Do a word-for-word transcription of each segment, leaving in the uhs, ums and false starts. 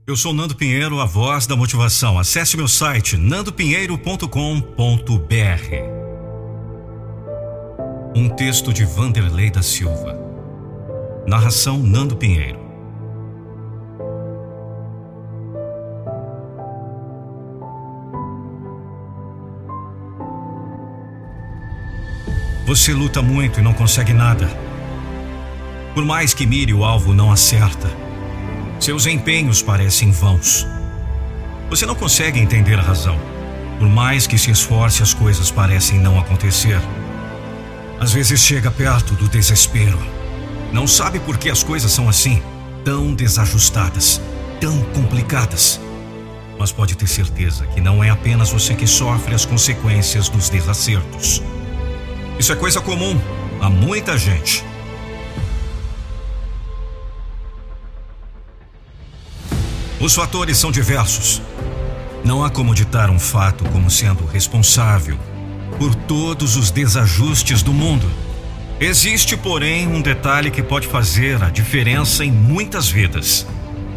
Eu sou Nando Pinheiro, a voz da motivação. Acesse meu site nando pinheiro ponto com ponto br. Um texto de Vanderlei da Silva. Narração Nando Pinheiro. Você luta muito e não consegue nada. Por mais que mire, o alvo não acerta. Seus empenhos parecem vãos. Você não consegue entender a razão. Por mais que se esforce, as coisas parecem não acontecer. Às vezes chega perto do desespero. Não sabe por que as coisas são assim, tão desajustadas, tão complicadas. Mas pode ter certeza que não é apenas você que sofre as consequências dos desacertos. Isso é coisa comum a muita gente. Os fatores são diversos. Não há como ditar um fato como sendo responsável por todos os desajustes do mundo. Existe, porém, um detalhe que pode fazer a diferença em muitas vidas.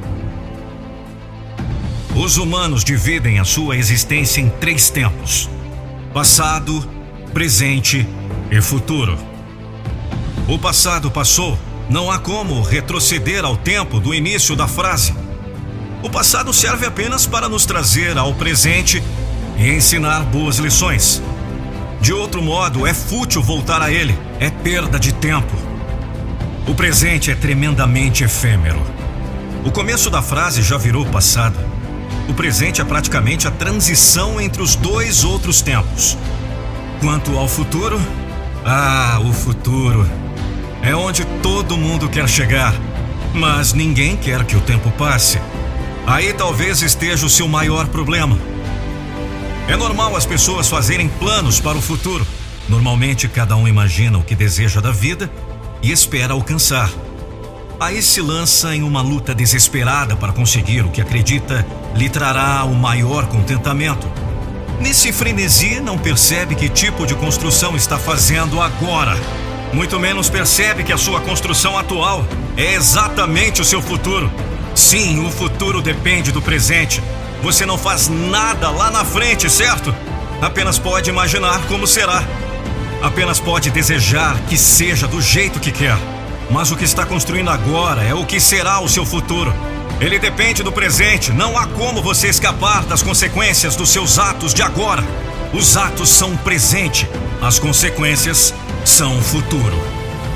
Os humanos dividem a sua existência em três tempos: passado, presente e futuro. O passado passou, não há como retroceder ao tempo do início da frase. O passado serve apenas para nos trazer ao presente e ensinar boas lições. De outro modo, é fútil voltar a ele, é perda de tempo. O presente é tremendamente efêmero. O começo da frase já virou passado. O presente é praticamente a transição entre os dois outros tempos. Quanto ao futuro, ah, o futuro é onde todo mundo quer chegar, mas ninguém quer que o tempo passe. Aí talvez esteja o seu maior problema. É normal as pessoas fazerem planos para o futuro. Normalmente cada um imagina o que deseja da vida e espera alcançar. Aí se lança em uma luta desesperada para conseguir o que acredita lhe trará o maior contentamento. Nesse frenesi não percebe que tipo de construção está fazendo agora. Muito menos percebe que a sua construção atual é exatamente o seu futuro. Sim, o futuro depende do presente. Você não faz nada lá na frente, certo? Apenas pode imaginar como será. Apenas pode desejar que seja do jeito que quer. Mas o que está construindo agora é o que será o seu futuro. Ele depende do presente. Não há como você escapar das consequências dos seus atos de agora. Os atos são presente. As consequências são o futuro.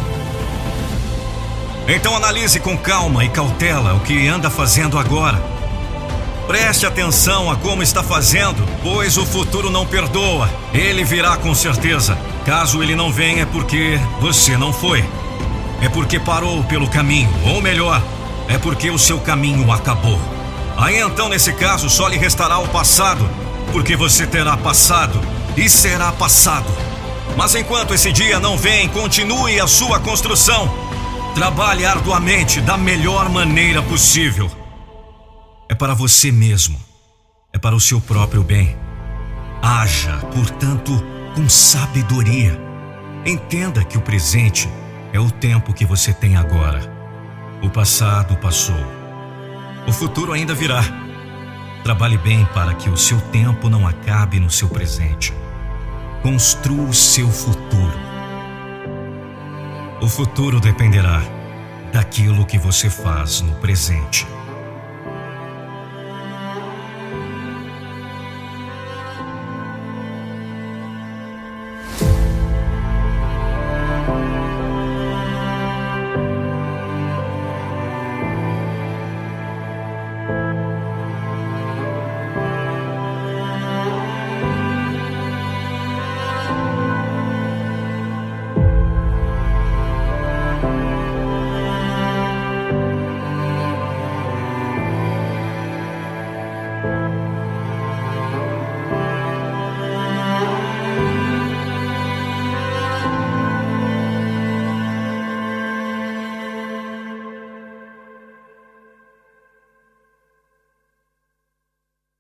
Então analise com calma e cautela o que anda fazendo agora. Preste atenção a como está fazendo, pois o futuro não perdoa. Ele virá com certeza. Caso ele não venha, é porque você não foi. É porque parou pelo caminho, ou melhor, é porque o seu caminho acabou. Aí então, nesse caso, só lhe restará o passado, porque você terá passado e será passado. Mas enquanto esse dia não vem, continue a sua construção. Trabalhe arduamente da melhor maneira possível. É para você mesmo. É para o seu próprio bem. Haja, portanto, com sabedoria. Entenda que o presente é o tempo que você tem agora. O passado passou. O futuro ainda virá. Trabalhe bem para que o seu tempo não acabe no seu presente. Construa o seu futuro. O futuro dependerá daquilo que você faz no presente.